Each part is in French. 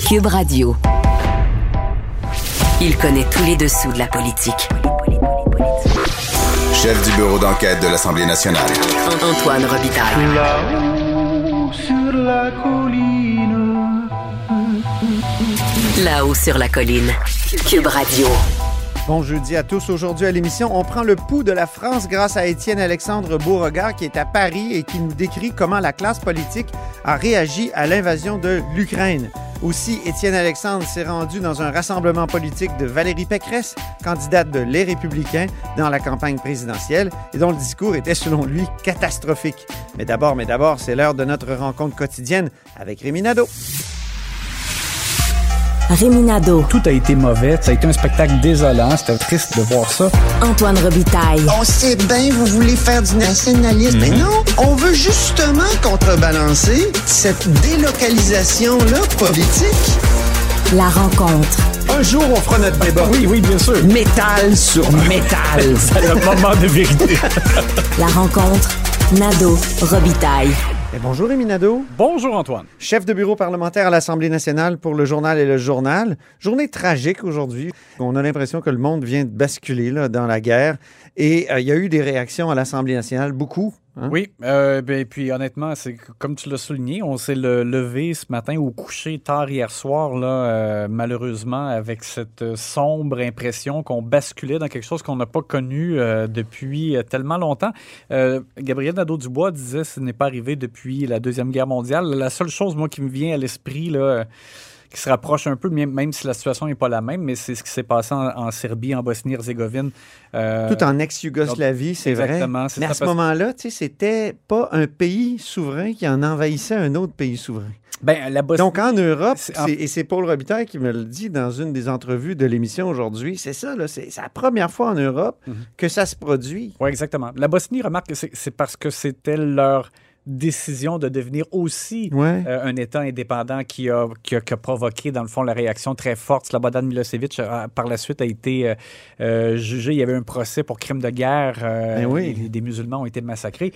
Cube Radio. Il connaît tous les dessous de la politique. Chef du bureau d'enquête de l'Assemblée nationale. Antoine Robitaille. Là-haut sur la colline. Là-haut sur la colline. Cube Radio. Bon jeudi à tous. Aujourd'hui à l'émission, on prend le pouls de la France grâce à Étienne-Alexandre Beauregard qui est à Paris et qui nous décrit comment la classe politique a réagi à l'invasion de l'Ukraine. Aussi, Étienne-Alexandre s'est rendu dans un rassemblement politique de Valérie Pécresse, candidate de Les Républicains dans la campagne présidentielle et dont le discours était selon lui catastrophique. Mais d'abord, c'est l'heure de notre rencontre quotidienne avec Rémi Nadeau. Rémi Nadeau. Tout a été mauvais. Ça a été un spectacle désolant. C'était triste de voir ça. Antoine Robitaille. On sait bien, vous voulez faire du nationalisme. Mais non, on veut justement contrebalancer cette délocalisation-là politique. La rencontre. Un jour, on fera notre débat. Oui, bien sûr. Métal sur métal. C'est le moment de vérité. La rencontre. Nadeau-Robitaille. Et bonjour Rémi Nadeau. Bonjour Antoine. Chef de bureau parlementaire à l'Assemblée nationale pour le journal et le journal. Journée tragique aujourd'hui. On a l'impression que le monde vient de basculer là, dans la guerre. Et il y a eu des réactions à l'Assemblée nationale, beaucoup. Hein? Oui, puis honnêtement, c'est comme tu l'as souligné, on s'est levé ce matin ou couché tard hier soir, là, malheureusement, avec cette sombre impression qu'on basculait dans quelque chose qu'on n'a pas connu depuis tellement longtemps. Gabriel Nadeau-Dubois disait que ce n'est pas arrivé depuis la Deuxième Guerre mondiale. La seule chose, moi, qui me vient à l'esprit, là, qui se rapproche un peu, même si la situation n'est pas la même, mais c'est ce qui s'est passé en Serbie, en Bosnie-Herzégovine. Tout en ex-Yougoslavie, c'est exactement, vrai. Mais à ce moment-là, c'était pas un pays souverain qui en envahissait un autre pays souverain. Ben, la Bosnie, donc, en Europe, et c'est Paul Robitaille qui me le dit dans une des entrevues de l'émission aujourd'hui, c'est ça, là, c'est la première fois en Europe que ça se produit. Oui, exactement. La Bosnie, remarque que c'est parce que c'était leur décision de devenir aussi un État indépendant qui a provoqué, dans le fond, la réaction très forte. Slobodan Milosevic, par la suite, a été jugé. Il y avait un procès pour crime de guerre. Des musulmans ont été massacrés.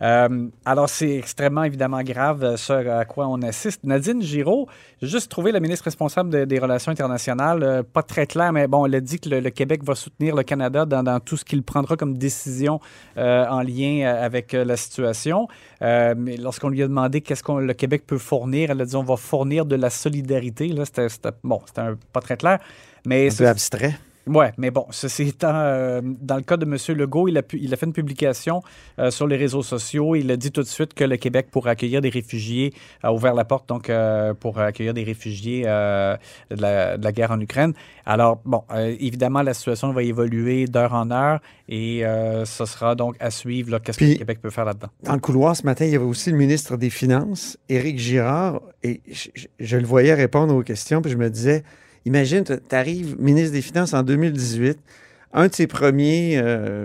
Alors, c'est extrêmement, évidemment, grave, ce à quoi on assiste. Nadine Giraud, j'ai juste trouvé la ministre responsable des Relations internationales, pas très claire, mais bon, elle a dit que le Québec va soutenir le Canada dans tout ce qu'il prendra comme décision en lien avec la situation. Mais lorsqu'on lui a demandé qu'est-ce que le Québec peut fournir, elle a dit on va fournir de la solidarité. Là, c'était pas très clair. Mais un peu abstrait. Oui, mais bon, ceci étant, dans le cas de M. Legault, il a fait une publication sur les réseaux sociaux. Il a dit tout de suite que le Québec pourrait accueillir des réfugiés, a ouvert la porte donc pour accueillir des réfugiés de la guerre en Ukraine. Alors, bon, évidemment, la situation va évoluer d'heure en heure et ce sera donc à suivre là, qu'est-ce que le Québec peut faire là-dedans. Dans le couloir ce matin, il y avait aussi le ministre des Finances, Éric Girard, et je le voyais répondre aux questions, puis je me disais... Imagine, tu arrives ministre des Finances en 2018, un de ses premiers,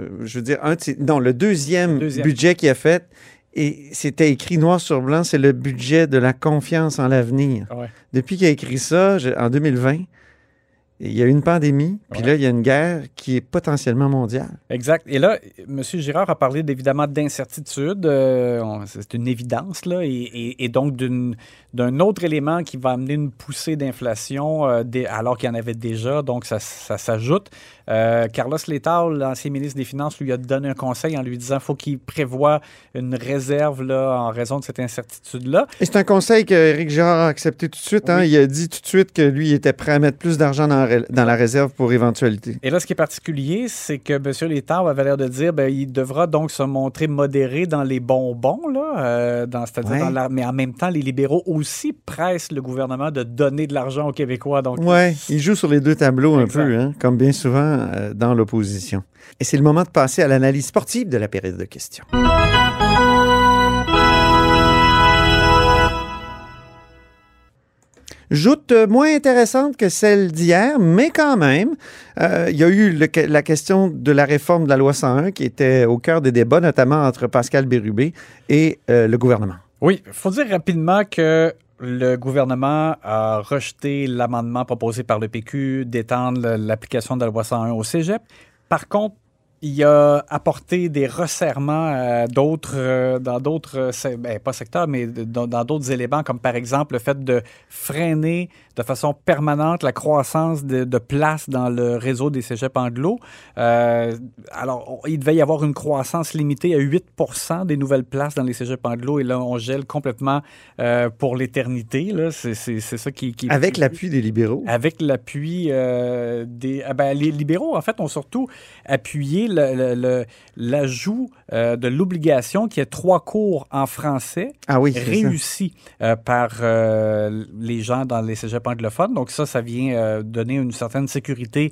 le deuxième budget qu'il a fait, et c'était écrit noir sur blanc, c'est le budget de la confiance en l'avenir. Ouais. Depuis qu'il a écrit ça, en 2020, il y a eu une pandémie, puis là, il y a une guerre qui est potentiellement mondiale. Exact. Et là, M. Girard a parlé évidemment d'incertitude. C'est une évidence, là, et donc d'un autre élément qui va amener une poussée d'inflation alors qu'il y en avait déjà, donc ça s'ajoute. Carlos Letao, l'ancien ministre des Finances, lui a donné un conseil en lui disant qu'il faut qu'il prévoie une réserve là, en raison de cette incertitude-là. Et c'est un conseil qu'Éric Girard a accepté tout de suite. Hein? Oui. Il a dit tout de suite que lui, il était prêt à mettre plus d'argent dans la réserve pour éventualité. Et là, ce qui est particulier, c'est que M. Letao avait l'air de dire qu'il devra donc se montrer modéré dans les bonbons, là, mais en même temps, les libéraux aussi pressent le gouvernement de donner de l'argent aux Québécois. Oui, il joue sur les deux tableaux un peu, hein, comme bien souvent dans l'opposition. Et c'est le moment de passer à l'analyse sportive de la période de questions. Joute moins intéressante que celle d'hier, mais quand même, il y a eu la question de la réforme de la loi 101 qui était au cœur des débats, notamment entre Pascal Bérubé et le gouvernement. Oui, il faut dire rapidement que le gouvernement a rejeté l'amendement proposé par le PQ d'étendre l'application de la loi 101 au cégep. Par contre, Il a apporté des resserrements dans d'autres, pas secteurs, mais dans d'autres éléments, comme par exemple le fait de freiner de façon permanente la croissance de places dans le réseau des cégeps anglo. Alors, il devait y avoir une croissance limitée à 8 % des nouvelles places dans les cégeps anglo, et là, on gèle complètement pour l'éternité. Là. C'est ça qui... Avec l'appui des libéraux. Avec l'appui des... les libéraux, en fait, ont surtout appuyé l'ajout de l'obligation qu'il y ait 3 cours en français réussis par les gens dans les cégeps anglophones. Donc ça vient donner une certaine sécurité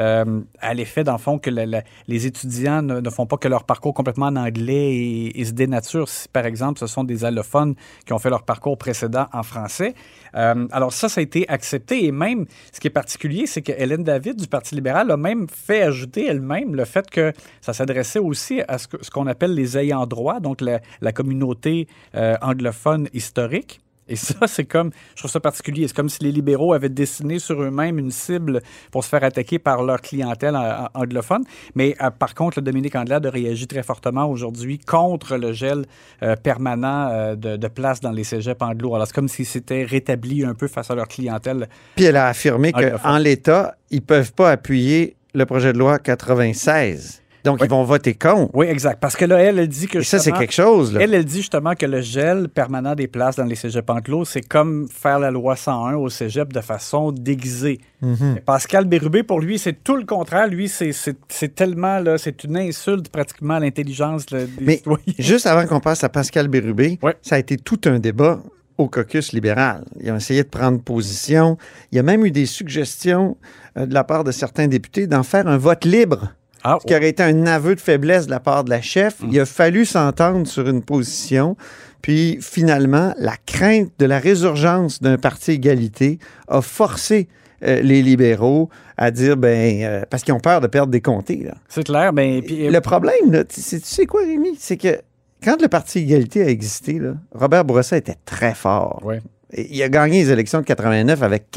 à l'effet, dans le fond, que les étudiants ne font pas que leur parcours complètement en anglais et se dénaturent si, par exemple, ce sont des allophones qui ont fait leur parcours précédent en français. Alors ça a été accepté, et même, ce qui est particulier, c'est que Hélène David, du Parti libéral, a même fait ajouter elle-même le fait que ça s'adressait aussi à ce qu'on appelle les ayants droit, donc la communauté anglophone historique. Et ça, c'est comme, je trouve ça particulier, c'est comme si les libéraux avaient dessiné sur eux-mêmes une cible pour se faire attaquer par leur clientèle anglophone. Mais par contre, le Dominique Andelade a réagi très fortement aujourd'hui contre le gel permanent de places dans les cégeps anglo. Alors, c'est comme s'ils s'étaient rétablis un peu face à leur clientèle. Puis elle a affirmé qu'en l'état, ils ne peuvent pas appuyer le projet de loi 96. Donc, ils vont voter contre. Oui, exact. Parce que là, elle dit que... Et ça, c'est quelque chose, là. Elle dit justement que le gel permanent des places dans les cégeps anglo, c'est comme faire la loi 101 au cégep de façon déguisée. Mm-hmm. Pascal Bérubé, pour lui, c'est tout le contraire. Lui, c'est tellement, là, c'est une insulte pratiquement à l'intelligence des citoyens. Juste avant qu'on passe à Pascal Bérubé, ça a été tout un débat au caucus libéral. Ils ont essayé de prendre position. Il y a même eu des suggestions de la part de certains députés d'en faire un vote libre. Ce qui aurait été un aveu de faiblesse de la part de la chef. Il a fallu s'entendre sur une position. Puis, finalement, la crainte de la résurgence d'un parti égalité a forcé les libéraux à dire, parce qu'ils ont peur de perdre des comtés. Là. C'est clair. Le problème, là, tu sais quoi, Rémi? C'est que quand le parti égalité a existé, là, Robert Bourassa était très fort. Ouais. Et il a gagné les élections de 89 avec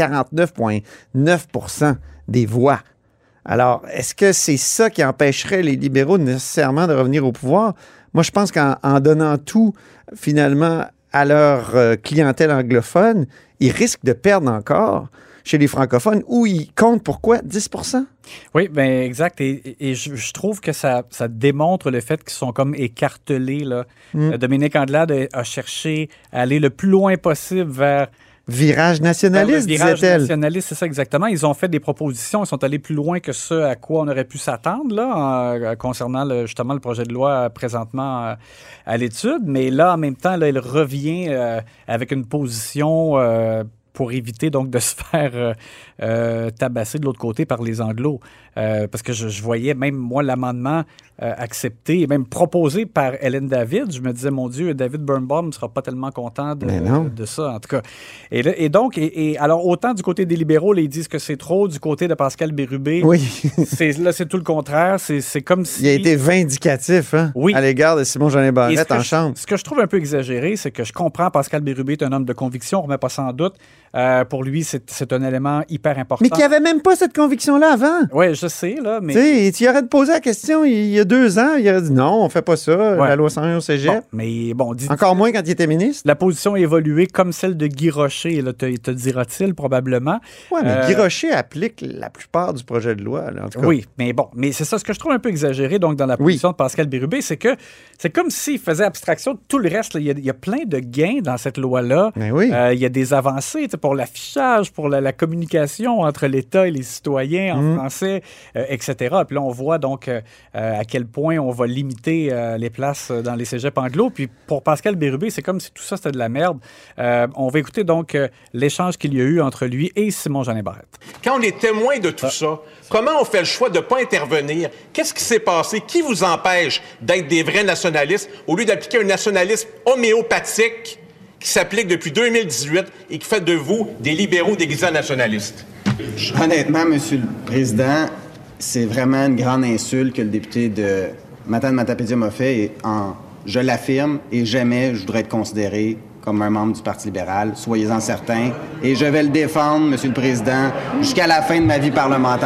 49,9 % des voix. Alors, est-ce que c'est ça qui empêcherait les libéraux nécessairement de revenir au pouvoir? Moi, je pense qu'en donnant tout, finalement, à leur clientèle anglophone, ils risquent de perdre encore chez les francophones, où ils comptent pourquoi? 10 %? Oui, bien, exact. Et je trouve que ça démontre le fait qu'ils sont comme écartelés. Là. Dominique Andelade a cherché à aller le plus loin possible vers... Virage nationaliste, disait-elle. Virage nationaliste, c'est ça exactement. Ils ont fait des propositions, ils sont allés plus loin que ce à quoi on aurait pu s'attendre là, concernant justement le projet de loi présentement à l'étude. Mais là, en même temps, là, il revient avec une position pour éviter donc de se faire tabasser de l'autre côté par les Anglos. Parce que je voyais même, moi, l'amendement accepté et même proposé par Hélène David. Je me disais, mon Dieu, David Birnbaum ne sera pas tellement content de ça, en tout cas. Et donc, alors, autant du côté des libéraux, là, ils disent que c'est trop. Du côté de Pascal Bérubé, c'est tout le contraire. C'est comme si... Il a été vindicatif à l'égard de Simon-Jeanin Barrette en chambre. Ce que je trouve un peu exagéré, c'est que je comprends Pascal Bérubé est un homme de conviction, on ne remet pas ça en doute. Pour lui, c'est un élément hyper important. Mais qu'il n'y avait même pas cette conviction-là avant. Oui, je sais, là, mais... Tu sais, tu aurais posé la question il y a 2 ans, il aurait dit non, on ne fait pas ça, la loi 101 au cégep. Encore moins quand il était ministre. La position a évolué comme celle de Guy Rocher, là, te dira-t-il probablement. Oui, mais Guy Rocher applique la plupart du projet de loi, là, en tout cas. Oui, mais c'est ça, ce que je trouve un peu exagéré donc, dans la position de Pascal Bérubé, c'est que c'est comme s'il faisait abstraction de tout le reste. Là. Il y a plein de gains dans cette loi-là. Il y a des avancées pour l'affichage, pour la communication entre l'État et les citoyens en français, etc. Puis là, on voit donc à quel point on va limiter les places dans les cégeps anglo. Puis pour Pascal Bérubé, c'est comme si tout ça, c'était de la merde. On va écouter donc l'échange qu'il y a eu entre lui et Simon-Jeanin Barrette. Quand on est témoin de tout ça, comment on fait le choix de ne pas intervenir? Qu'est-ce qui s'est passé? Qui vous empêche d'être des vrais nationalistes au lieu d'appliquer un nationalisme homéopathique qui s'applique depuis 2018 et qui fait de vous des libéraux déguisés en nationalistes? Honnêtement, M. le Président, c'est vraiment une grande insulte que le député de Matane-Matapédia m'a fait. Et je l'affirme et jamais je voudrais être considéré comme un membre du Parti libéral. Soyez-en certains. Et je vais le défendre, M. le Président, jusqu'à la fin de ma vie parlementaire.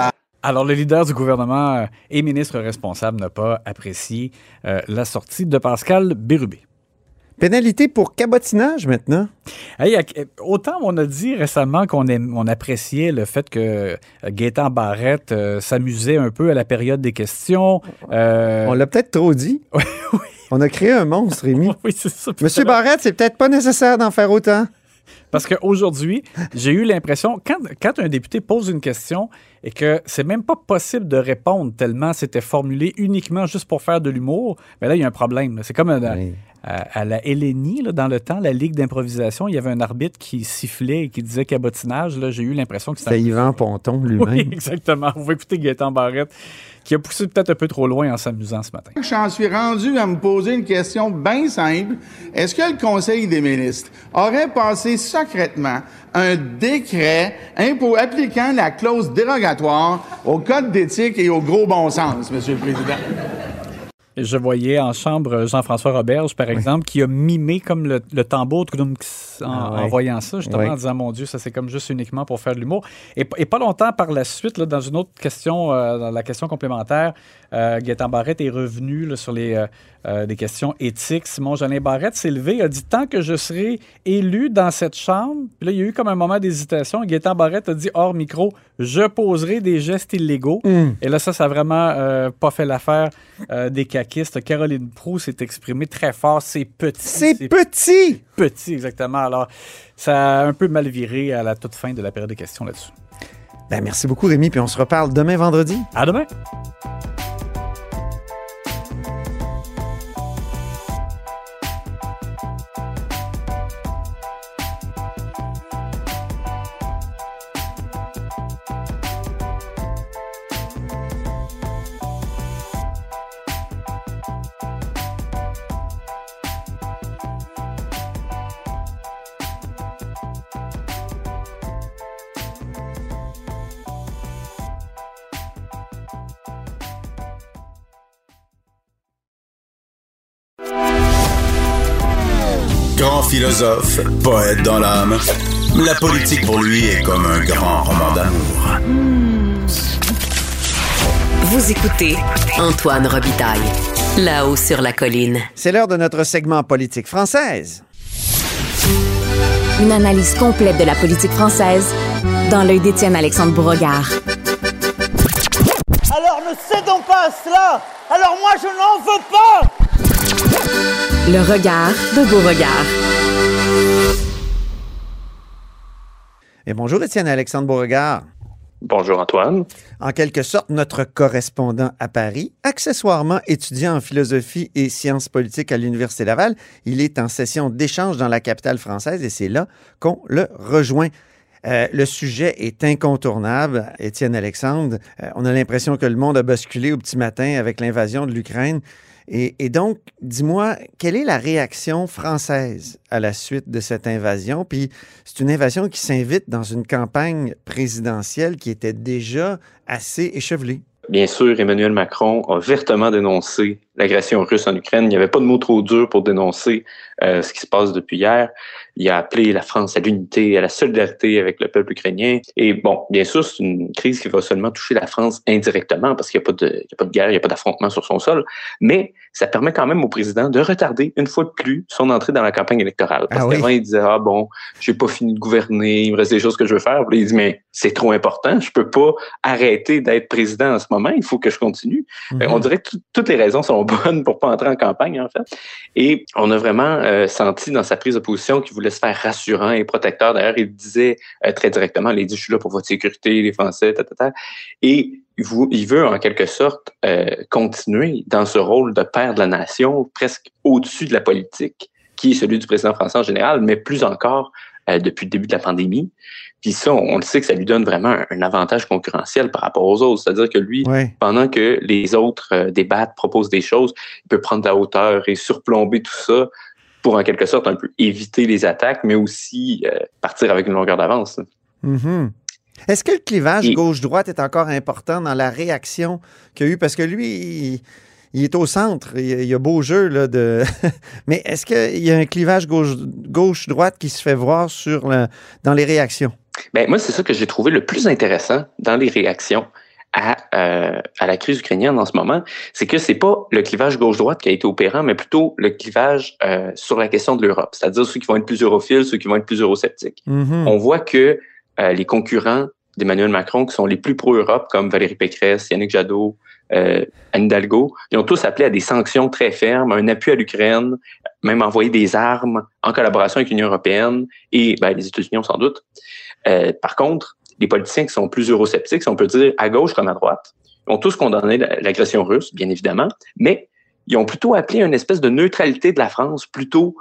Alors, le leader du gouvernement et ministre responsable n'a pas apprécié la sortie de Pascal Bérubé. Pénalité pour cabotinage maintenant? Hey, autant on a dit récemment qu'on appréciait le fait que Gaétan Barrette s'amusait un peu à la période des questions. On l'a peut-être trop dit. Oui. On a créé un monstre, Rémi. Oui, c'est ça. Monsieur Barrette, c'est peut-être pas nécessaire d'en faire autant. Parce qu'aujourd'hui, j'ai eu l'impression, quand un député pose une question et que c'est même pas possible de répondre tellement c'était formulé uniquement juste pour faire de l'humour, bien là, il y a un problème. C'est comme à la Hélénie, là, dans le temps, la Ligue d'improvisation, il y avait un arbitre qui sifflait et qui disait cabotinage. Là, j'ai eu l'impression que c'était... C'était Yvan Ponton lui-même. Oui, exactement. On va écouter Gaétan Barrette, qui a poussé peut-être un peu trop loin en s'amusant ce matin. J'en suis rendu à me poser une question bien simple. Est-ce que le Conseil des ministres aurait passé secrètement un décret appliquant la clause dérogatoire au Code d'éthique et au gros bon sens, Monsieur le Président? Je voyais en chambre Jean-François Roberge, par exemple, qui a mimé comme le tambour en voyant ça, justement, en disant, mon Dieu, ça c'est comme juste uniquement pour faire de l'humour. Et pas longtemps par la suite, là, dans une autre question, dans la question complémentaire, Gaétan Barrette est revenu là, sur des questions éthiques. Simon-Jolin Barrette s'est levé, a dit, tant que je serai élu dans cette chambre, puis là, il y a eu comme un moment d'hésitation. Gaétan Barrette a dit, hors micro, je poserai des gestes illégaux. Et là, ça a vraiment pas fait l'affaire des caquistes. Caroline Proulx s'est exprimée très fort. C'est petit. C'est petit! Petit, exactement. Alors, ça a un peu mal viré à la toute fin de la période des questions là-dessus. Ben, merci beaucoup, Rémi, puis on se reparle demain vendredi. À demain! Grand philosophe, poète dans l'âme, la politique pour lui est comme un grand roman d'amour. Vous écoutez Antoine Robitaille, là-haut sur la colline. C'est l'heure de notre segment politique française. Une analyse complète de la politique française dans l'œil d'Étienne Alexandre Beauregard. Alors ne cédons pas à cela. Alors moi je n'en veux pas. Le regard de Beauregard. Et bonjour Étienne Alexandre Beauregard. Bonjour Antoine. En quelque sorte, notre correspondant à Paris, accessoirement étudiant en philosophie et sciences politiques à l'Université Laval. Il est en session d'échange dans la capitale française et c'est là qu'on le rejoint. Le sujet est incontournable, Étienne Alexandre. On a l'impression que le monde a basculé au petit matin avec l'invasion de l'Ukraine. Et donc, dis-moi, quelle est la réaction française à la suite de cette invasion? Puis, c'est une invasion qui s'invite dans une campagne présidentielle qui était déjà assez échevelée. Bien sûr, Emmanuel Macron a vertement dénoncé l'agression russe en Ukraine. Il n'y avait pas de mots trop durs pour dénoncer ce qui se passe depuis hier. Il a appelé la France à l'unité, à la solidarité avec le peuple ukrainien. Et bon, bien sûr, c'est une crise qui va seulement toucher la France indirectement parce qu'il n'y a pas de guerre, il n'y a pas d'affrontement sur son sol. Mais ça permet quand même au président de retarder une fois de plus son entrée dans la campagne électorale. Parce qu'avant, il disait, j'ai pas fini de gouverner, il me reste des choses que je veux faire. Puis il dit, mais c'est trop important, je peux pas arrêter d'être président en ce moment, il faut que je continue. On dirait que toutes les raisons sont bonnes pour pas entrer en campagne, en fait. Et on a vraiment senti dans sa prise de position qu'il voulait se faire rassurant et protecteur. D'ailleurs, il disait très directement, il dit, je suis là pour votre sécurité, les Français, Et il veut, en quelque sorte, continuer dans ce rôle de père de la nation, presque au-dessus de la politique, qui est celui du président français en général, mais plus encore depuis le début de la pandémie. Puis ça, on le sait que ça lui donne vraiment un avantage concurrentiel par rapport aux autres. C'est-à-dire que lui, pendant que les autres débattent, proposent des choses, il peut prendre de la hauteur et surplomber tout ça pour, en quelque sorte, un peu éviter les attaques, mais aussi partir avec une longueur d'avance. Mm-hmm. Est-ce que le clivage gauche-droite est encore important dans la réaction qu'il y a eu? Parce que lui, il est au centre. Il y a beau jeu, là, de... Mais est-ce qu'il y a un clivage gauche-droite qui se fait voir dans les réactions? Ben, moi, c'est ça que j'ai trouvé le plus intéressant dans les réactions. à la crise ukrainienne en ce moment, c'est que c'est pas le clivage gauche-droite qui a été opérant, mais plutôt le clivage sur la question de l'Europe, c'est-à-dire ceux qui vont être plus europhiles, ceux qui vont être plus eurosceptiques. Mm-hmm. On voit que les concurrents d'Emmanuel Macron, qui sont les plus pro-Europe, comme Valérie Pécresse, Yannick Jadot, Anne Hidalgo, ils ont tous appelé à des sanctions très fermes, un appui à l'Ukraine, même envoyer des armes en collaboration avec l'Union européenne et les États-Unis, sans doute. Par contre, les politiciens qui sont plus eurosceptiques, si on peut dire à gauche comme à droite, ont tous condamné l'agression russe, bien évidemment, mais ils ont plutôt appelé à une espèce de neutralité de la France plutôt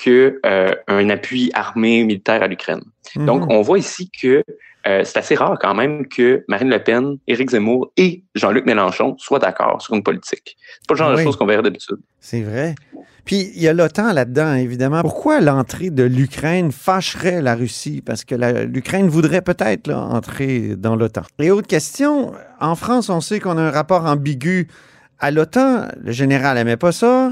qu'un appui armé militaire à l'Ukraine. Mm-hmm. Donc, on voit ici que c'est assez rare quand même que Marine Le Pen, Éric Zemmour et Jean-Luc Mélenchon soient d'accord sur une politique. C'est pas le genre de choses qu'on verrait d'habitude. C'est vrai. Puis, il y a l'OTAN là-dedans, évidemment. Pourquoi l'entrée de l'Ukraine fâcherait la Russie? Parce que l'Ukraine voudrait peut-être entrer dans l'OTAN. Et autre question, en France, on sait qu'on a un rapport ambigu à l'OTAN. Le général n'aimait pas ça.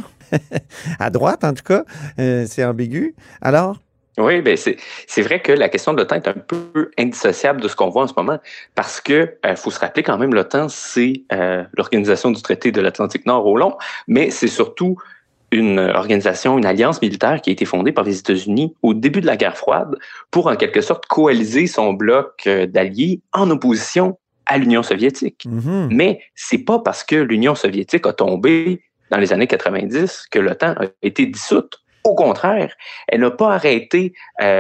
À droite, en tout cas, c'est ambigu. Alors? Oui, c'est vrai que la question de l'OTAN est un peu indissociable de ce qu'on voit en ce moment parce que faut se rappeler quand même, l'OTAN, c'est l'organisation du traité de l'Atlantique Nord au long, mais c'est surtout une organisation, une alliance militaire qui a été fondée par les États-Unis au début de la guerre froide pour en quelque sorte coaliser son bloc d'alliés en opposition à l'Union soviétique. Mm-hmm. Mais c'est pas parce que l'Union soviétique a tombé dans les années 90 que l'OTAN a été dissoute. Au contraire, elle n'a pas arrêté,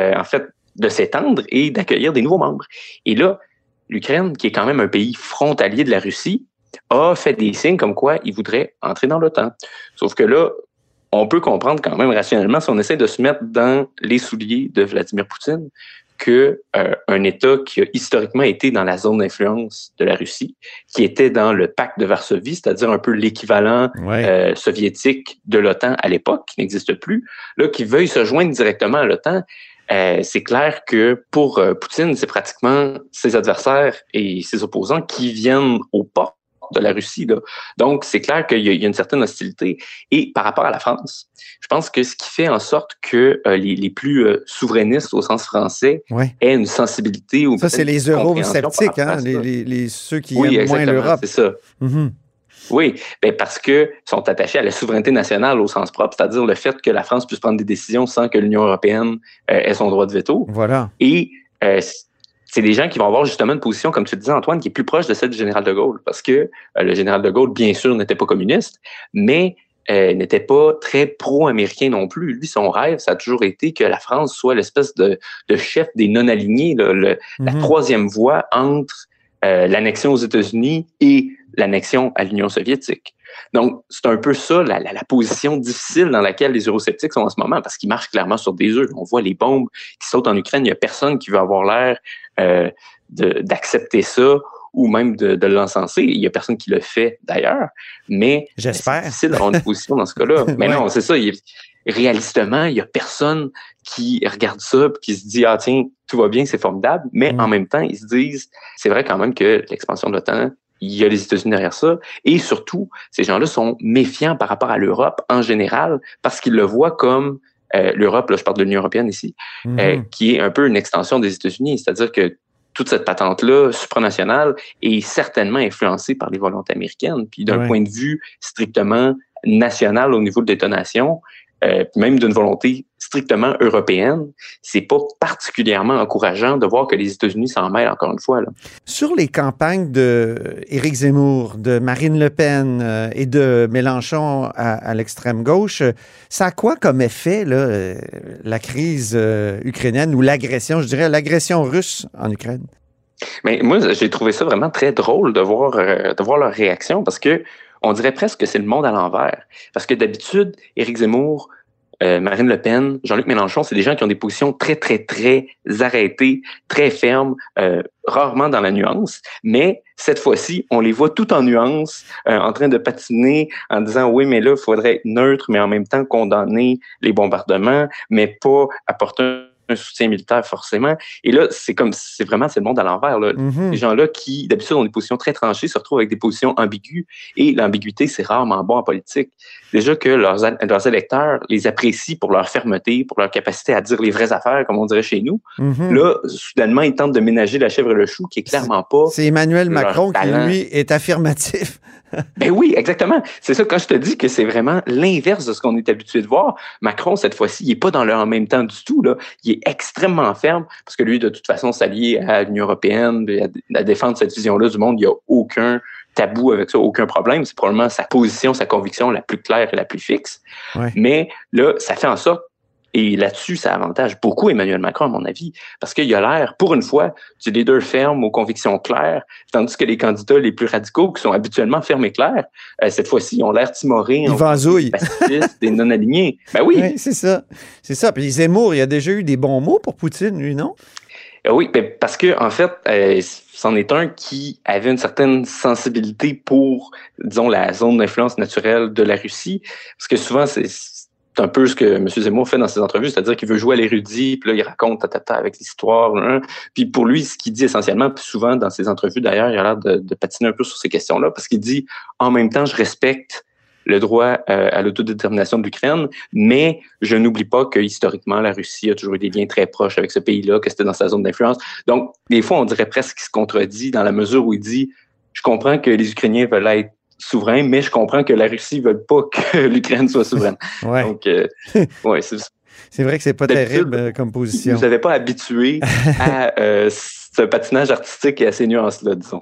de s'étendre et d'accueillir des nouveaux membres. Et là, l'Ukraine, qui est quand même un pays frontalier de la Russie, a fait des signes comme quoi il voudrait entrer dans l'OTAN. Sauf que là, on peut comprendre quand même rationnellement, si on essaie de se mettre dans les souliers de Vladimir Poutine, qu'un État qui a historiquement été dans la zone d'influence de la Russie, qui était dans le pacte de Varsovie, c'est-à-dire un peu l'équivalent soviétique de l'OTAN à l'époque, qui n'existe plus, là, qui veuille se joindre directement à l'OTAN, c'est clair que pour Poutine, c'est pratiquement ses adversaires et ses opposants qui viennent aux portes de la Russie, là. Donc, c'est clair qu'il y a une certaine hostilité. Et par rapport à la France, je pense que ce qui fait en sorte que les plus souverainistes au sens français aient une sensibilité... Ça, c'est les eurosceptiques, hein? Ceux qui aiment moins l'Europe. C'est ça. Mm-hmm. Oui, parce qu'ils sont attachés à la souveraineté nationale au sens propre, c'est-à-dire le fait que la France puisse prendre des décisions sans que l'Union européenne ait son droit de veto. Voilà. Et c'est des gens qui vont avoir justement une position, comme tu le disais, Antoine, qui est plus proche de celle du général de Gaulle, parce que le général de Gaulle, bien sûr, n'était pas communiste, mais n'était pas très pro-américain non plus. Lui, son rêve, ça a toujours été que la France soit l'espèce de chef des non-alignés, la troisième voie entre l'annexion aux États-Unis et l'annexion à l'Union soviétique. Donc, c'est un peu ça, la position difficile dans laquelle les eurosceptiques sont en ce moment, parce qu'ils marchent clairement sur des œufs. On voit les bombes qui sautent en Ukraine. Il n'y a personne qui veut avoir l'air d'accepter ça ou même de l'encenser. Il n'y a personne qui le fait, d'ailleurs. Mais j'espère. C'est difficile d'avoir une position dans ce cas-là. Mais non, c'est ça. Réalistement, il n'y a personne qui regarde ça et qui se dit « Ah tiens, tout va bien, c'est formidable ». Mais en même temps, ils se disent « C'est vrai quand même que l'expansion de l'OTAN, il y a les États-Unis derrière ça. » Et surtout, ces gens-là sont méfiants par rapport à l'Europe en général parce qu'ils le voient comme l'Europe, là je parle de l'Union européenne ici, qui est un peu une extension des États-Unis. C'est-à-dire que toute cette patente-là, supranationale, est certainement influencée par les volontés américaines. Puis d'un point de vue strictement national au niveau de détonation, même d'une volonté strictement européenne, c'est pas particulièrement encourageant de voir que les États-Unis s'en mêlent encore une fois, là. Sur les campagnes de Éric Zemmour, de Marine Le Pen et de Mélenchon à l'extrême gauche, ça a quoi comme effet, là, la crise ukrainienne ou l'agression, je dirais, l'agression russe en Ukraine? Mais moi, j'ai trouvé ça vraiment très drôle de voir leur réaction parce que on dirait presque que c'est le monde à l'envers. Parce que d'habitude, Éric Zemmour, Marine Le Pen, Jean-Luc Mélenchon, c'est des gens qui ont des positions très, très, très arrêtées, très fermes, rarement dans la nuance. Mais cette fois-ci, on les voit tout en nuance, en train de patiner, en disant « Oui, mais là, il faudrait être neutre, mais en même temps condamner les bombardements, mais pas apporter un soutien militaire forcément. Et là, c'est le monde à l'envers. Là. Mm-hmm. Les gens-là qui, d'habitude, ont des positions très tranchées, se retrouvent avec des positions ambiguës. Et l'ambiguïté, c'est rarement bon en politique. Déjà que leurs électeurs les apprécient pour leur fermeté, pour leur capacité à dire les vraies affaires, comme on dirait chez nous. Mm-hmm. Là, soudainement, ils tentent de ménager la chèvre et le chou, qui est clairement pas... C'est Emmanuel Macron qui, lui, est affirmatif. Ben oui, exactement. C'est ça, quand je te dis que c'est vraiment l'inverse de ce qu'on est habitué de voir, Macron, cette fois-ci, il n'est pas dans le en même temps du tout. Là. Il est extrêmement ferme, parce que lui, de toute façon, s'allier à l'Union européenne, à défendre cette vision-là du monde, il n'y a aucun tabou avec ça, aucun problème. C'est probablement sa position, sa conviction la plus claire et la plus fixe. Ouais. Mais là, ça fait en sorte, et là-dessus, ça avantage beaucoup Emmanuel Macron, à mon avis, parce qu'il a l'air, pour une fois, du leader ferme aux convictions claires, tandis que les candidats les plus radicaux, qui sont habituellement fermes et clairs, cette fois-ci, ont l'air timorés, des pacifistes, des non-alignés. Ben oui. Oui, c'est ça. C'est ça. Puis Zemmour, il a déjà eu des bons mots pour Poutine, lui, non? Oui, parce que en fait, c'en est un qui avait une certaine sensibilité pour, disons, la zone d'influence naturelle de la Russie, parce que souvent, c'est un peu ce que M. Zemmour fait dans ses entrevues, c'est-à-dire qu'il veut jouer à l'érudit, puis là, il raconte avec l'histoire. Puis pour lui, ce qu'il dit essentiellement, puis souvent dans ses entrevues, d'ailleurs, il a l'air de patiner un peu sur ces questions-là, parce qu'il dit, en même temps, je respecte le droit à l'autodétermination de l'Ukraine, mais je n'oublie pas que historiquement, la Russie a toujours eu des liens très proches avec ce pays-là, que c'était dans sa zone d'influence. Donc, des fois, on dirait presque qu'il se contredit dans la mesure où il dit, je comprends que les Ukrainiens veulent être souverain, mais je comprends que la Russie ne veut pas que l'Ukraine soit souveraine. Ouais. Donc, ouais, c'est vrai que c'est pas terrible comme position. Vous n'avez pas habitué à ce patinage artistique et à ces nuances-là, disons.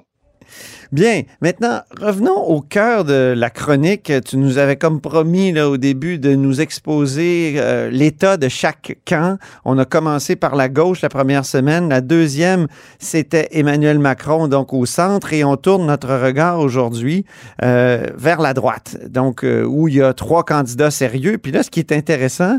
Bien. Maintenant, revenons au cœur de la chronique. Tu nous avais comme promis là, au début de nous exposer l'état de chaque camp. On a commencé par la gauche la première semaine. La deuxième, c'était Emmanuel Macron, donc au centre. Et on tourne notre regard aujourd'hui vers la droite, donc où il y a 3 candidats sérieux. Puis là, ce qui est intéressant,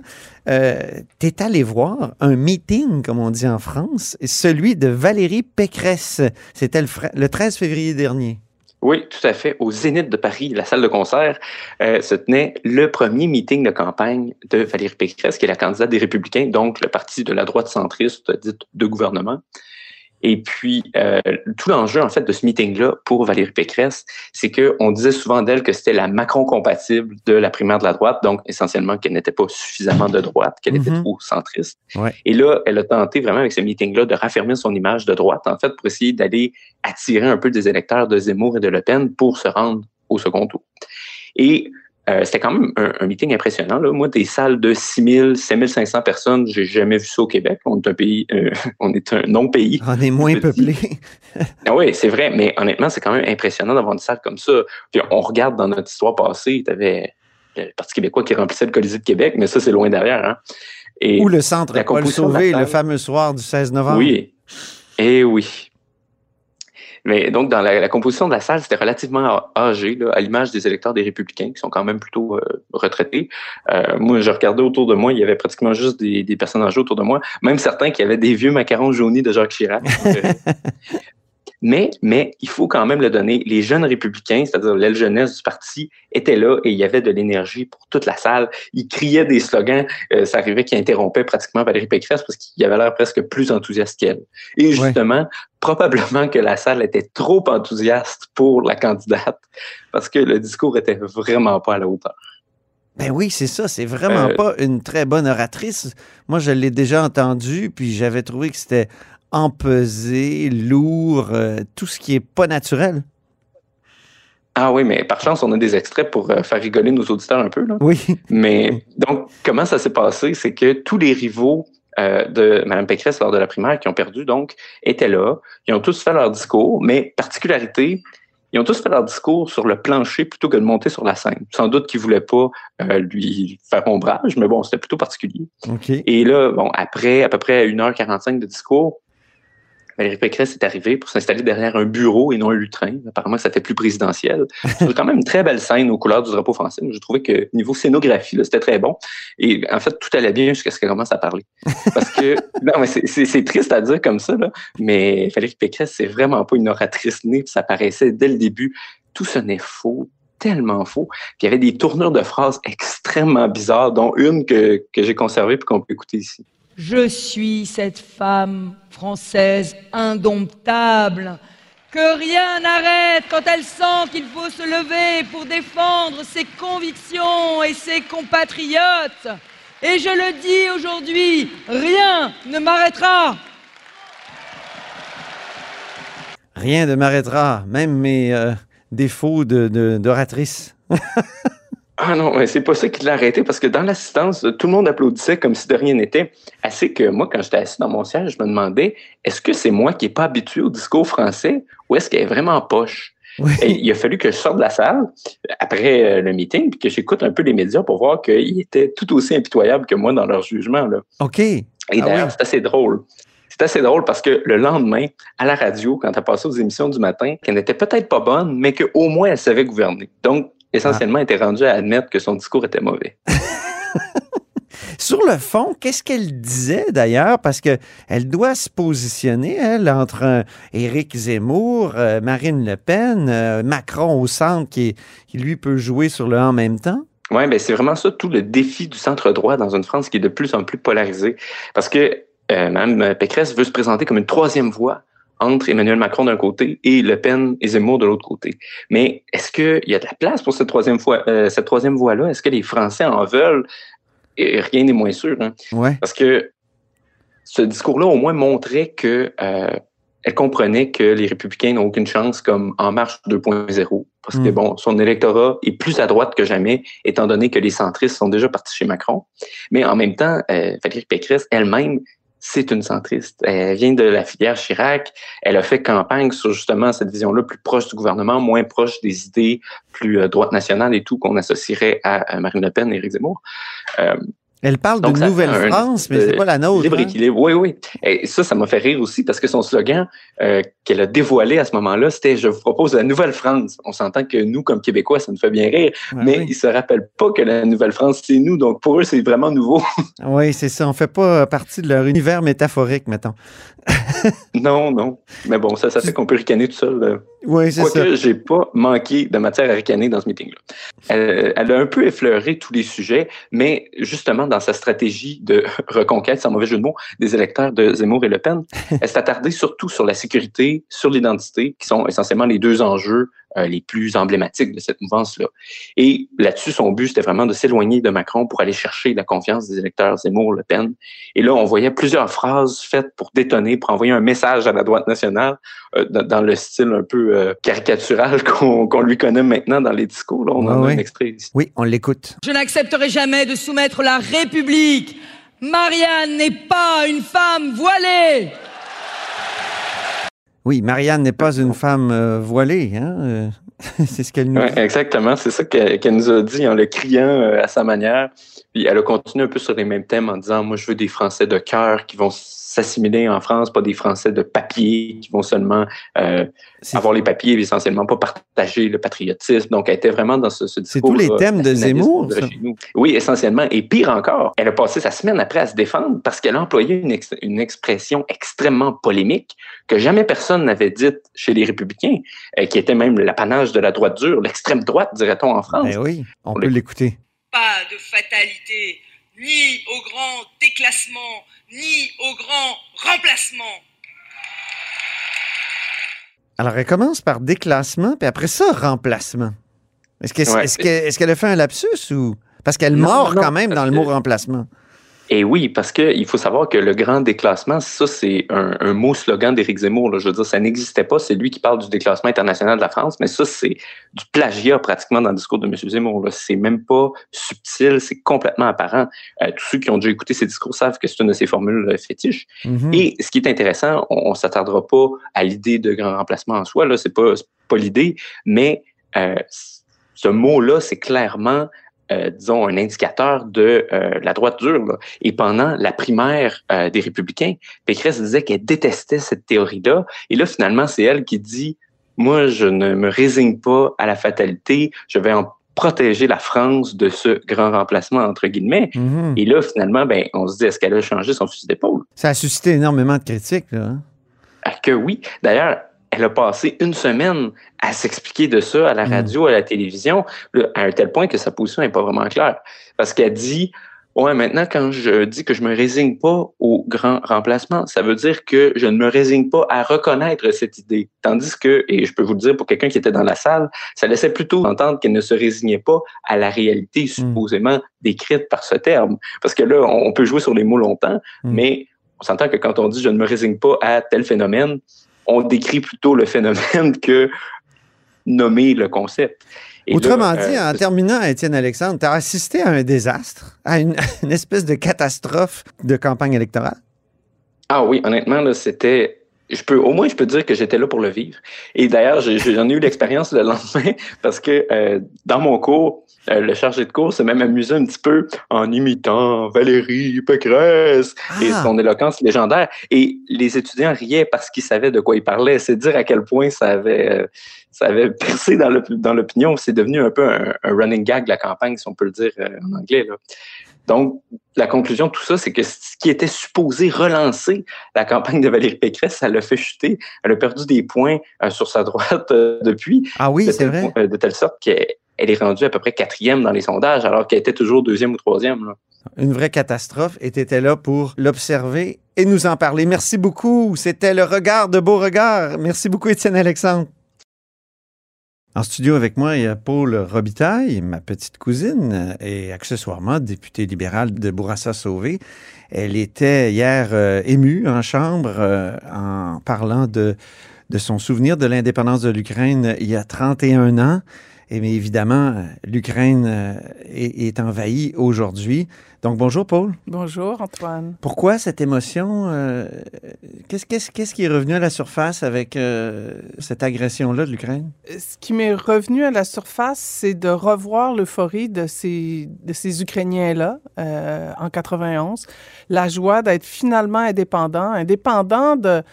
t'es allé voir un meeting, comme on dit en France, celui de Valérie Pécresse. C'était le 13 février dernier. Oui, tout à fait. Au Zénith de Paris, la salle de concert, se tenait le premier meeting de campagne de Valérie Pécresse, qui est la candidate des Républicains, donc le parti de la droite centriste dite de gouvernement. Et puis, tout l'enjeu, en fait, de ce meeting-là pour Valérie Pécresse, c'est qu'on disait souvent d'elle que c'était la Macron-compatible de la primaire de la droite, donc essentiellement qu'elle n'était pas suffisamment de droite, qu'elle était trop centriste. Ouais. Et là, elle a tenté vraiment avec ce meeting-là de raffermir son image de droite, en fait, pour essayer d'aller attirer un peu des électeurs de Zemmour et de Le Pen pour se rendre au second tour. Et c'était quand même un meeting impressionnant. Là. Moi, des salles de 6 000, 7 500 personnes, j'ai jamais vu ça au Québec. On est un pays, on est un non-pays. On est moins peuplé. Ah oui, c'est vrai, mais honnêtement, c'est quand même impressionnant d'avoir une salle comme ça. Puis on regarde dans notre histoire passée, tu avais le Parti québécois qui remplissait le Colisée de Québec, mais ça, c'est loin derrière. Hein. Et ou le centre Paul Sauvé, le fameux soir du 16 novembre. Oui, et oui. Mais donc, dans la composition de la salle, c'était relativement âgé, là, à l'image des électeurs des Républicains, qui sont quand même plutôt retraités. Moi, je regardais autour de moi, il y avait pratiquement juste des personnes âgées autour de moi, même certains qui avaient des vieux macarons jaunis de Jacques Chirac. Mais il faut quand même le donner. Les jeunes républicains, c'est-à-dire l'aile jeunesse du parti, étaient là et il y avait de l'énergie pour toute la salle. Ils criaient des slogans. Ça arrivait qu'ils interrompaient pratiquement Valérie Pécresse parce qu'il avait l'air presque plus enthousiaste qu'elle. Et justement, probablement que la salle était trop enthousiaste pour la candidate parce que le discours était vraiment pas à la hauteur. Ben oui, c'est ça. C'est vraiment pas une très bonne oratrice. Moi, je l'ai déjà entendue, puis j'avais trouvé que c'était empesé, lourd, tout ce qui est pas naturel. Ah oui, mais par chance, on a des extraits pour faire rigoler nos auditeurs un peu. Là. Oui. Mais donc, comment ça s'est passé? C'est que tous les rivaux de Mme Pécresse lors de la primaire qui ont perdu, donc, étaient là. Ils ont tous fait leur discours, mais particularité, ils ont tous fait leur discours sur le plancher plutôt que de monter sur la scène. Sans doute qu'ils ne voulaient pas lui faire ombrage, mais bon, c'était plutôt particulier. Okay. Et là, bon, après à peu près 1h45 de discours, Valérie Pécresse est arrivée pour s'installer derrière un bureau et non un lutrin. Apparemment, ça fait plus présidentiel. C'est quand même une très belle scène aux couleurs du drapeau français. J'ai trouvé que niveau scénographie, là, c'était très bon. Et en fait, tout allait bien jusqu'à ce qu'elle commence à parler. Parce que, non, mais c'est triste à dire comme ça, là, mais Valérie Pécresse, c'est vraiment pas une oratrice née. Ça paraissait dès le début. Tout sonnait faux, tellement faux, qu'il y avait des tournures de phrases extrêmement bizarres, dont une que j'ai conservée et qu'on peut écouter ici. Je suis cette femme française indomptable, que rien n'arrête quand elle sent qu'il faut se lever pour défendre ses convictions et ses compatriotes. Et je le dis aujourd'hui, rien ne m'arrêtera. Rien ne m'arrêtera, même mes défauts d'oratrice. Ah non, c'est pas ça qui l'a arrêté, parce que dans l'assistance, tout le monde applaudissait comme si de rien n'était. Assez que moi, quand j'étais assis dans mon siège, je me demandais, est-ce que c'est moi qui n'ai pas habitué au discours français ou est-ce qu'elle est vraiment poche? Oui. Et il a fallu que je sorte de la salle après le meeting puis que j'écoute un peu les médias pour voir qu'ils étaient tout aussi impitoyables que moi dans leur jugement. Là. OK. Et d'ailleurs, c'est assez drôle. C'est assez drôle parce que le lendemain, à la radio, quand elle passait aux émissions du matin, qu'elle n'était peut-être pas bonne, mais qu'au moins elle savait gouverner. Donc, essentiellement, elle était rendue à admettre que son discours était mauvais. Sur le fond, qu'est-ce qu'elle disait d'ailleurs? Parce qu'elle doit se positionner, elle, entre Éric Zemmour, Marine Le Pen, Macron au centre qui lui peut jouer sur le en même temps. Oui, bien c'est vraiment ça, tout le défi du centre-droit dans une France qui est de plus en plus polarisée. Parce que Mme Pécresse veut se présenter comme une troisième voie entre Emmanuel Macron d'un côté et Le Pen et Zemmour de l'autre côté. Mais est-ce qu'il y a de la place pour cette troisième voie-là? Est-ce que les Français en veulent? Et rien n'est moins sûr. Hein? Ouais. Parce que ce discours-là, au moins, montrait que elle comprenait que les Républicains n'ont aucune chance comme En Marche 2.0. Parce que, bon, son électorat est plus à droite que jamais, étant donné que les centristes sont déjà partis chez Macron. Mais en même temps, Valérie Pécresse, elle-même, c'est une centriste. Elle vient de la filière Chirac. Elle a fait campagne sur justement cette vision-là plus proche du gouvernement, moins proche des idées plus droite nationale et tout qu'on associerait à Marine Le Pen et Éric Zemmour. Elle parle d'une nouvelle France, mais c'est pas la nôtre. Libre équilibre, oui, oui. Et ça m'a fait rire aussi parce que son slogan qu'elle a dévoilé à ce moment-là, c'était « Je vous propose la nouvelle France ». On s'entend que nous, comme Québécois, ça nous fait bien rire, mais ils se rappellent pas que la nouvelle France, c'est nous. Donc, pour eux, c'est vraiment nouveau. Oui, c'est ça. On fait pas partie de leur univers métaphorique, mettons. Non, non. Mais bon, ça fait qu'on peut ricaner tout seul. Oui, c'est ça. Quoique, j'ai pas manqué de matière à ricaner dans ce meeting-là. Elle a un peu effleuré tous les sujets, mais justement, dans sa stratégie de reconquête, sans mauvais jeu de mots, des électeurs de Zemmour et Le Pen, elle s'est attardée surtout sur la sécurité, sur l'identité, qui sont essentiellement les deux enjeux les plus emblématiques de cette mouvance-là. Et là-dessus, son but, c'était vraiment de s'éloigner de Macron pour aller chercher la confiance des électeurs Zemmour-Le Pen. Et là, on voyait plusieurs phrases faites pour détonner, pour envoyer un message à la droite nationale, dans le style un peu caricatural qu'on lui connaît maintenant dans les discours. Là, on en a un extrait ici. Oui, on l'écoute. Je n'accepterai jamais de soumettre la République. Marianne n'est pas une femme voilée. Oui, Marianne n'est pas une femme voilée, hein? C'est ce qu'elle nous dit. Exactement, c'est ça qu'elle nous a dit en le criant à sa manière. Puis elle a continué un peu sur les mêmes thèmes en disant « Moi, je veux des Français de cœur qui vont s'assimiler en France, pas des Français de papier qui vont seulement avoir les papiers et essentiellement pas partager le patriotisme. » Donc, elle était vraiment dans ce discours. C'est tous les thèmes de Zemmour, ça. Oui, essentiellement. Et pire encore, elle a passé sa semaine après à se défendre parce qu'elle a employé une expression extrêmement polémique que jamais personne n'avait dite chez les Républicains, qui était même l'apanage de la droite dure, l'extrême droite, dirait-on en France. Ben oui, on peut l'écouter. Pas de fatalité, ni au grand déclassement, ni au grand remplacement. Alors, elle commence par déclassement, puis après ça, remplacement. Est-ce qu'elle a fait un lapsus ou... Parce qu'elle mord quand même dans le mot remplacement. Et oui, parce qu'il faut savoir que le grand déclassement, ça, c'est un mot slogan d'Éric Zemmour. Là. Je veux dire, ça n'existait pas. C'est lui qui parle du déclassement international de la France, mais ça, c'est du plagiat pratiquement dans le discours de M. Zemmour. Là. C'est même pas subtil, c'est complètement apparent. Tous ceux qui ont déjà écouté ses discours savent que c'est une de ses formules fétiches. Mm-hmm. Et ce qui est intéressant, on s'attardera pas à l'idée de grand remplacement en soi. Là, c'est pas l'idée, mais ce mot-là, c'est clairement... disons, un indicateur de la droite dure. Là. Et pendant la primaire des Républicains, Pécresse disait qu'elle détestait cette théorie-là. Et là, finalement, c'est elle qui dit « Moi, je ne me résigne pas à la fatalité. Je vais en protéger la France de ce grand remplacement, entre guillemets. Mm-hmm. » Et là, finalement, on se dit « Est-ce qu'elle a changé son fusil d'épaule? » Ça a suscité énormément de critiques, là. Hein? Que oui. D'ailleurs, elle a passé une semaine à s'expliquer de ça à la radio, à la télévision, à un tel point que sa position n'est pas vraiment claire. Parce qu'elle dit, Ouais, maintenant, quand je dis que je me résigne pas au grand remplacement, ça veut dire que je ne me résigne pas à reconnaître cette idée. Tandis que, et je peux vous le dire pour quelqu'un qui était dans la salle, ça laissait plutôt entendre qu'elle ne se résignait pas à la réalité supposément décrite par ce terme. Parce que là, on peut jouer sur les mots longtemps, mais on s'entend que quand on dit « je ne me résigne pas à tel phénomène », on décrit plutôt le phénomène que nommer le concept. Et autrement dit, en terminant, Étienne Alexandre, tu as assisté à un désastre, à une espèce de catastrophe de campagne électorale? Ah oui, honnêtement, là, c'était... Au moins, je peux dire que j'étais là pour le vivre. Et d'ailleurs, j'en ai eu l'expérience le lendemain parce que dans mon cours, le chargé de cours s'est même amusé un petit peu en imitant Valérie Pécresse et son éloquence légendaire. Et les étudiants riaient parce qu'ils savaient de quoi ils parlaient. C'est dire à quel point ça avait percé dans l'opinion. C'est devenu un peu un running gag de la campagne, si on peut le dire en anglais, là. Donc, la conclusion de tout ça, c'est que ce qui était supposé relancer la campagne de Valérie Pécresse, ça l'a fait chuter. Elle a perdu des points sur sa droite depuis. Ah oui, c'est vrai. De telle sorte qu'elle est rendue à peu près 4e dans les sondages, alors qu'elle était toujours 2e ou 3e. Là. Une vraie catastrophe, et tu étais là pour l'observer et nous en parler. Merci beaucoup. C'était le regard de Beauregard. Merci beaucoup, Étienne Alexandre. En studio avec moi, il y a Paul Robitaille, ma petite cousine, et accessoirement députée libérale de Bourassa-Sauvé. Elle était hier émue en chambre en parlant de son souvenir de l'indépendance de l'Ukraine il y a 31 ans. Mais évidemment, l'Ukraine est envahie aujourd'hui. Donc, bonjour, Paul. Bonjour, Antoine. Pourquoi cette émotion? Qu'est-ce qui est revenu à la surface avec cette agression-là de l'Ukraine? Ce qui m'est revenu à la surface, c'est de revoir l'euphorie de ces Ukrainiens-là en 91. La joie d'être finalement indépendant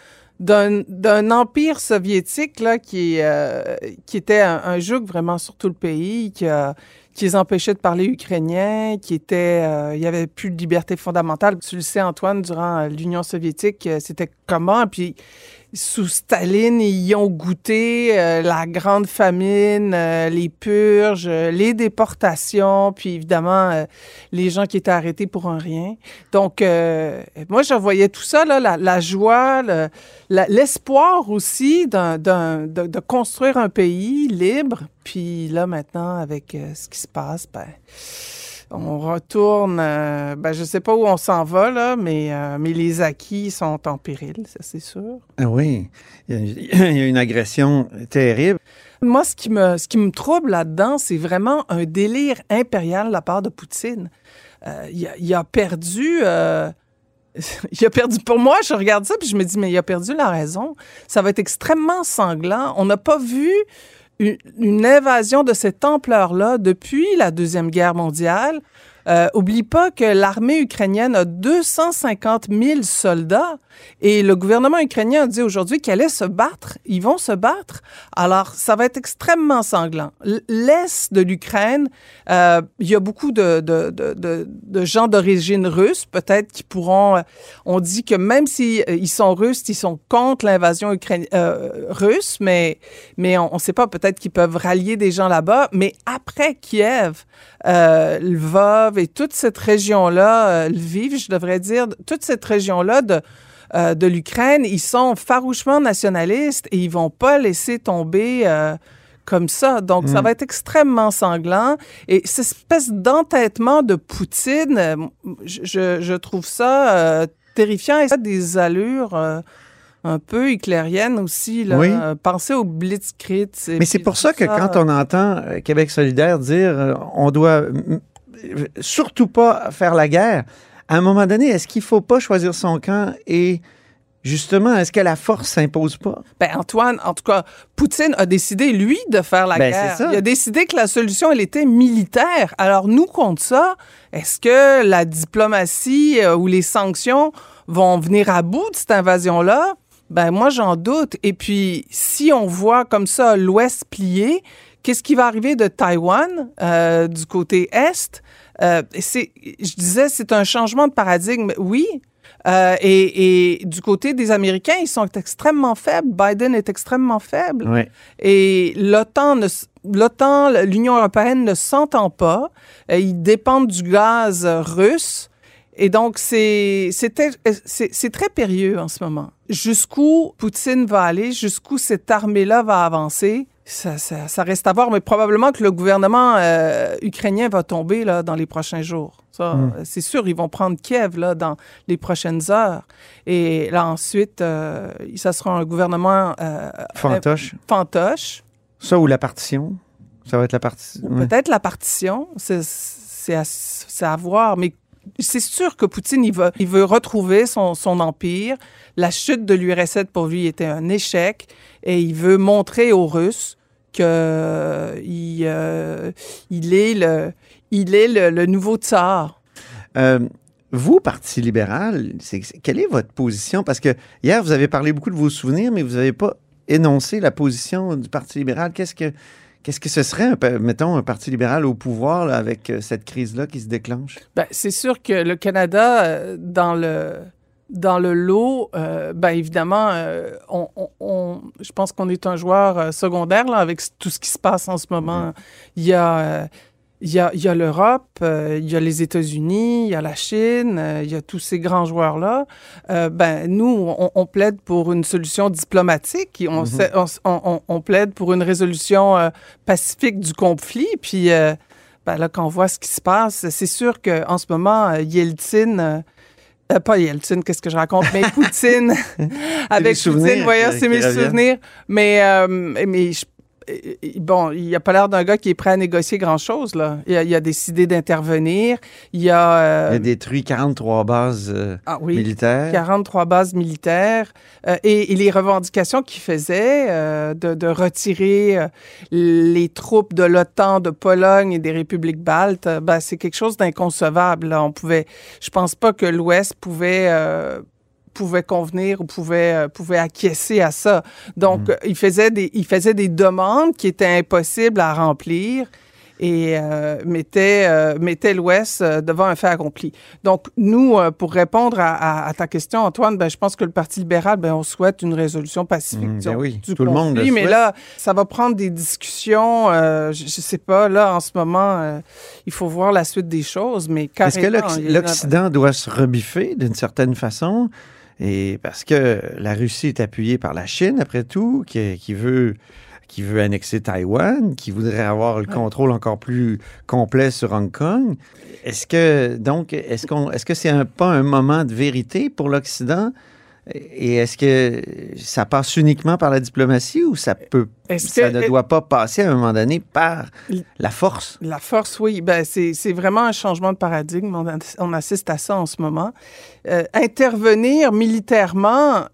d'un empire soviétique là, qui était un joug vraiment sur tout le pays, qui les empêchait de parler ukrainien, il y avait plus de liberté fondamentale. Tu le sais, Antoine, durant l'Union soviétique, c'était comment? Puis sous Staline, ils y ont goûté la grande famine, les purges, les déportations, puis évidemment, les gens qui étaient arrêtés pour un rien. Donc, moi, je voyais tout ça, là, la joie, l'espoir aussi de construire un pays libre. Puis là, maintenant, avec ce qui se passe, on retourne, je sais pas où on s'en va, là, mais les acquis sont en péril, ça c'est sûr. Ah oui, il y a une agression terrible. Moi, ce qui me trouble là-dedans, c'est vraiment un délire impérial de la part de Poutine. Il a perdu... pour moi, je regarde ça puis je me dis, mais il a perdu la raison. Ça va être extrêmement sanglant. On n'a pas vu une invasion de cette ampleur-là depuis la Deuxième Guerre mondiale. Oublie pas que l'armée ukrainienne a 250 000 soldats et le gouvernement ukrainien a dit aujourd'hui qu'ils allaient se battre. Ils vont se battre. Alors, ça va être extrêmement sanglant. L'Est de l'Ukraine, il y a beaucoup de gens d'origine russe, peut-être, qui pourront... on dit que même s'ils sont russes, ils sont contre l'invasion russe, mais on ne sait pas, peut-être qu'ils peuvent rallier des gens là-bas. Mais après Kiev, Lvov et toute cette région-là, Lviv, je devrais dire, toute cette région-là de l'Ukraine, ils sont farouchement nationalistes et ils vont pas laisser tomber comme ça. Donc, ça va être extrêmement sanglant. Et cette espèce d'entêtement de Poutine, je trouve ça terrifiant et ça a des allures... un peu hitlérienne aussi, là. Oui. Pensez au Blitzkrieg. Mais c'est pour ça que quand on entend Québec solidaire dire on doit surtout pas faire la guerre, à un moment donné, est-ce qu'il faut pas choisir son camp et justement, est-ce que la force s'impose pas? Antoine, en tout cas, Poutine a décidé, lui, de faire la guerre. Il a décidé que la solution, elle était militaire. Alors, nous, contre ça, est-ce que la diplomatie ou les sanctions vont venir à bout de cette invasion-là? Moi, j'en doute. Et puis, si on voit comme ça l'Ouest plié, qu'est-ce qui va arriver de Taïwan du côté Est? Je disais, c'est un changement de paradigme, oui. Et du côté des Américains, ils sont extrêmement faibles. Biden est extrêmement faible. Ouais. Et l'OTAN l'OTAN, l'Union européenne ne s'entend pas. Ils dépendent du gaz russe. Et donc, c'est très périlleux en ce moment. Jusqu'où Poutine va aller, jusqu'où cette armée-là va avancer, ça reste à voir. Mais probablement que le gouvernement ukrainien va tomber là, dans les prochains jours. Ça, c'est sûr, ils vont prendre Kiev là, dans les prochaines heures. Et là, ensuite, ça sera un gouvernement... fantoche. Ça ou la partition? Ça va être la partition? Peut-être la partition. C'est à voir. Mais c'est sûr que Poutine, il veut retrouver son empire. La chute de l'URSS, pour lui, était un échec. Et il veut montrer aux Russes qu'il est le nouveau tsar. Vous, Parti libéral, quelle est votre position? Parce que hier, vous avez parlé beaucoup de vos souvenirs, mais vous n'avez pas énoncé la position du Parti libéral. Qu'est-ce que ce serait, mettons, un Parti libéral au pouvoir là, avec cette crise-là qui se déclenche? Bien, c'est sûr que le Canada, dans le lot, évidemment, je pense qu'on est un joueur secondaire là, avec tout ce qui se passe en ce moment. Il y a l'Europe, il y a les États-Unis, il y a la Chine, il y a tous ces grands joueurs-là. Nous, on plaide pour une solution diplomatique. On plaide pour une résolution pacifique du conflit. Puis là, quand on voit ce qui se passe, c'est sûr qu'en ce moment, Yeltsin... pas Yeltsin, qu'est-ce que je raconte? Mais Poutine, avec Poutine, voyons, c'est mes souvenirs. Mais bon, il n'a pas l'air d'un gars qui est prêt à négocier grand-chose, là. Il a décidé d'intervenir. Il a détruit 43 bases militaires. 43 bases militaires. Et les revendications qu'il faisait de retirer les troupes de l'OTAN, de Pologne et des républiques baltes, c'est quelque chose d'inconcevable, là. Je pense pas que l'Ouest pouvait convenir ou pouvait acquiescer à ça. Donc, il faisait des demandes qui étaient impossibles à remplir et mettait l'Ouest devant un fait accompli. Donc, nous, pour répondre à ta question, Antoine, je pense que le Parti libéral, on souhaite une résolution pacifique du tout le monde le souhaite. Mais là, ça va prendre des discussions. Je sais pas, là, en ce moment, il faut voir la suite des choses, mais carrément... Est-ce que l'Occident doit se rebiffer d'une certaine façon? Et parce que la Russie est appuyée par la Chine, après tout, qui veut annexer Taïwan, qui voudrait avoir le contrôle encore plus complet sur Hong Kong. Est-ce que c'est pas un moment de vérité pour l'Occident? Et est-ce que ça passe uniquement par la diplomatie ou ça ne doit pas passer à un moment donné par la force? La force, oui. C'est vraiment un changement de paradigme. On assiste à ça en ce moment. Intervenir militairement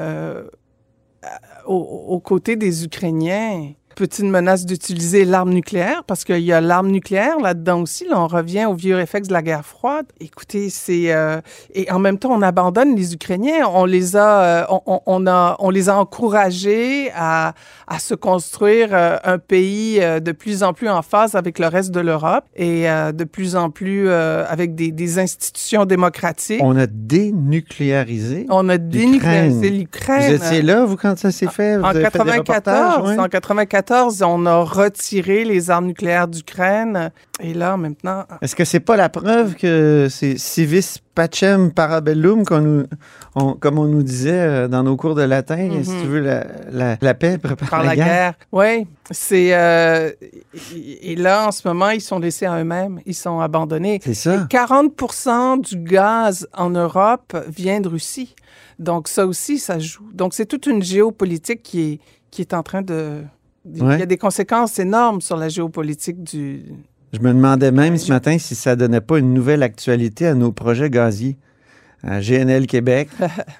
aux côtés des Ukrainiens, Poutine menace d'utiliser l'arme nucléaire parce qu'il y a l'arme nucléaire là-dedans aussi. Là, on revient aux vieux réflexes de la guerre froide. Écoutez, et en même temps, on abandonne les Ukrainiens. On les a encouragés à se construire un pays de plus en plus en phase avec le reste de l'Europe et de plus en plus avec des institutions démocratiques. On a dénucléarisé. On a dénucléarisé l'Ukraine. Vous étiez là, vous, quand ça s'est fait? En 1994, on a retiré les armes nucléaires d'Ukraine. Et là, maintenant... Est-ce que c'est pas la preuve que c'est civis pacem parabellum, comme on nous disait dans nos cours de latin, si tu veux, la paix prépare la guerre? Oui, et là, en ce moment, ils sont laissés à eux-mêmes. Ils sont abandonnés. C'est ça. Et 40% du gaz en Europe vient de Russie. Donc, ça aussi, ça joue. Donc, c'est toute une géopolitique qui est en train de... Il y a des conséquences énormes sur la géopolitique du... Je me demandais même ce matin si ça donnait pas une nouvelle actualité à nos projets gaziers. GNL Québec,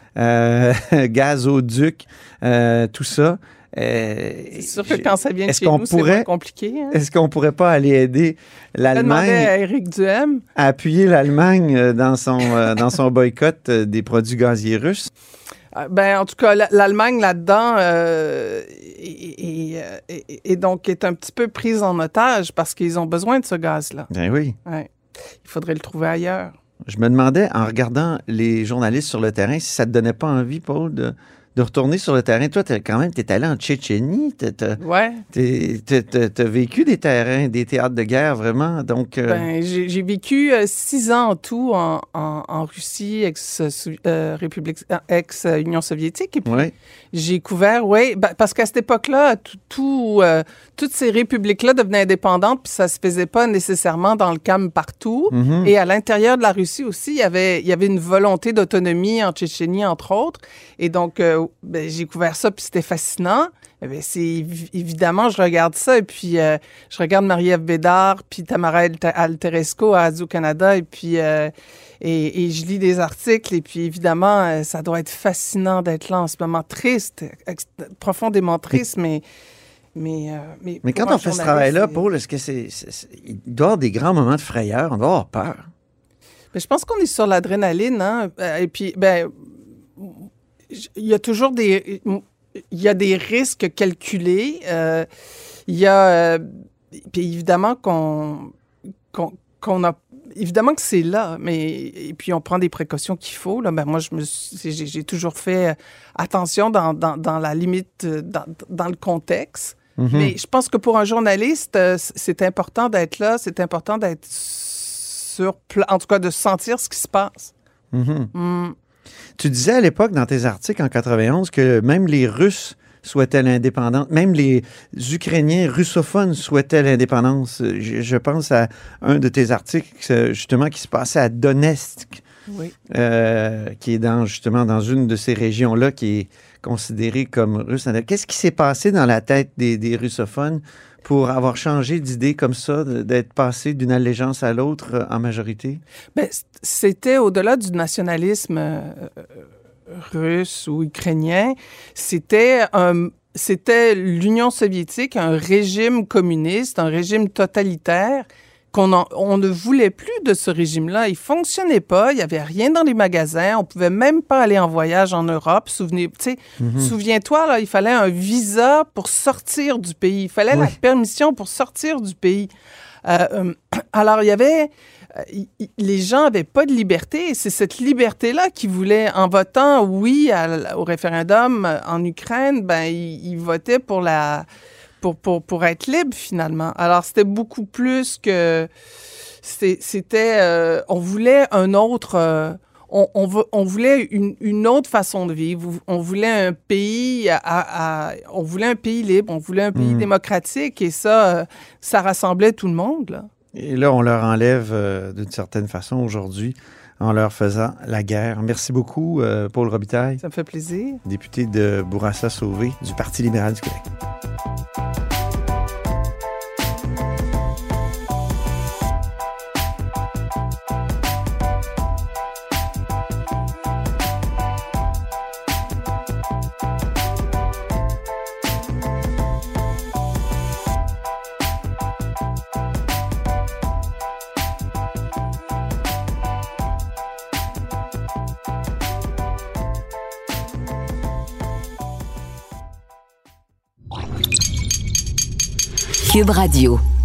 Gazoduc, tout ça. C'est sûr que quand ça vient de chez nous, c'est moins compliqué. Hein? Est-ce qu'on pourrait pas aller aider l'Allemagne à Éric Duhem à appuyer l'Allemagne dans son boycott des produits gaziers russes? En tout cas, l'Allemagne, là-dedans, est donc un petit peu prise en otage parce qu'ils ont besoin de ce gaz-là. Ben oui. Ouais. Il faudrait le trouver ailleurs. Je me demandais, en regardant les journalistes sur le terrain, si ça ne te donnait pas envie, Paul, de retourner sur le terrain. Toi, t'es allé en Tchétchénie. Ouais. T'as vécu des terrains, des théâtres de guerre, vraiment. Donc, j'ai vécu 6 ans en tout en Russie, ex-Union soviétique. Et puis, j'ai couvert, parce qu'à cette époque-là, toutes ces républiques-là devenaient indépendantes, puis ça se faisait pas nécessairement dans le calme partout. Mm-hmm. Et à l'intérieur de la Russie aussi, il y avait une volonté d'autonomie en Tchétchénie, entre autres. Et donc, j'ai couvert ça, puis c'était fascinant. Évidemment, je regarde ça, et puis je regarde Marie-Ève Bédard, puis Tamara Alteresco à Radio-Canada, et puis et je lis des articles, et puis évidemment, ça doit être fascinant d'être là en ce moment, triste, profondément triste, mais quand on fait ce travail-là, Paul, est-ce que il doit y avoir des grands moments de frayeur, on doit avoir peur? Je pense qu'on est sur l'adrénaline, hein, et puis, il y a toujours des risques calculés. Il y a... puis évidemment qu'on a... Évidemment que c'est là, et puis on prend des précautions qu'il faut. Là. Moi, j'ai toujours fait attention dans la limite, dans le contexte. Mm-hmm. Mais je pense que pour un journaliste, c'est important d'être là, c'est important d'être en tout cas de sentir ce qui se passe. Mm-hmm. Mm. Tu disais à l'époque, dans tes articles en 91, que même les Russes souhaitaient l'indépendance, même les Ukrainiens russophones souhaitaient l'indépendance. Je pense à un de tes articles, justement, qui se passait à Donetsk, qui est justement dans une de ces régions-là qui est considérée comme russe. Qu'est-ce qui s'est passé dans la tête des russophones pour avoir changé d'idée comme ça, d'être passé d'une allégeance à l'autre en majorité? C'était au-delà du nationalisme russe ou ukrainien. C'était l'Union soviétique, un régime communiste, un régime totalitaire. On ne voulait plus de ce régime-là. Il ne fonctionnait pas. Il n'y avait rien dans les magasins. On ne pouvait même pas aller en voyage en Europe. Souviens-toi, là, il fallait un visa pour sortir du pays. Il fallait la permission pour sortir du pays. Alors, il y avait... les gens n'avaient pas de liberté. Et c'est cette liberté-là qu'ils voulaient. En votant oui au référendum en Ukraine, ils votaient pour être libre, finalement. Alors, c'était beaucoup plus que... on voulait un autre... on voulait une autre façon de vivre. On voulait un pays on voulait un pays libre, on voulait un pays démocratique, et ça rassemblait tout le monde, là. Et là, on leur enlève d'une certaine façon aujourd'hui en leur faisant la guerre. Merci beaucoup, Paul Robitaille. Ça me fait plaisir. Député de Bourassa-Sauvé du Parti libéral du Québec. Cube Radio.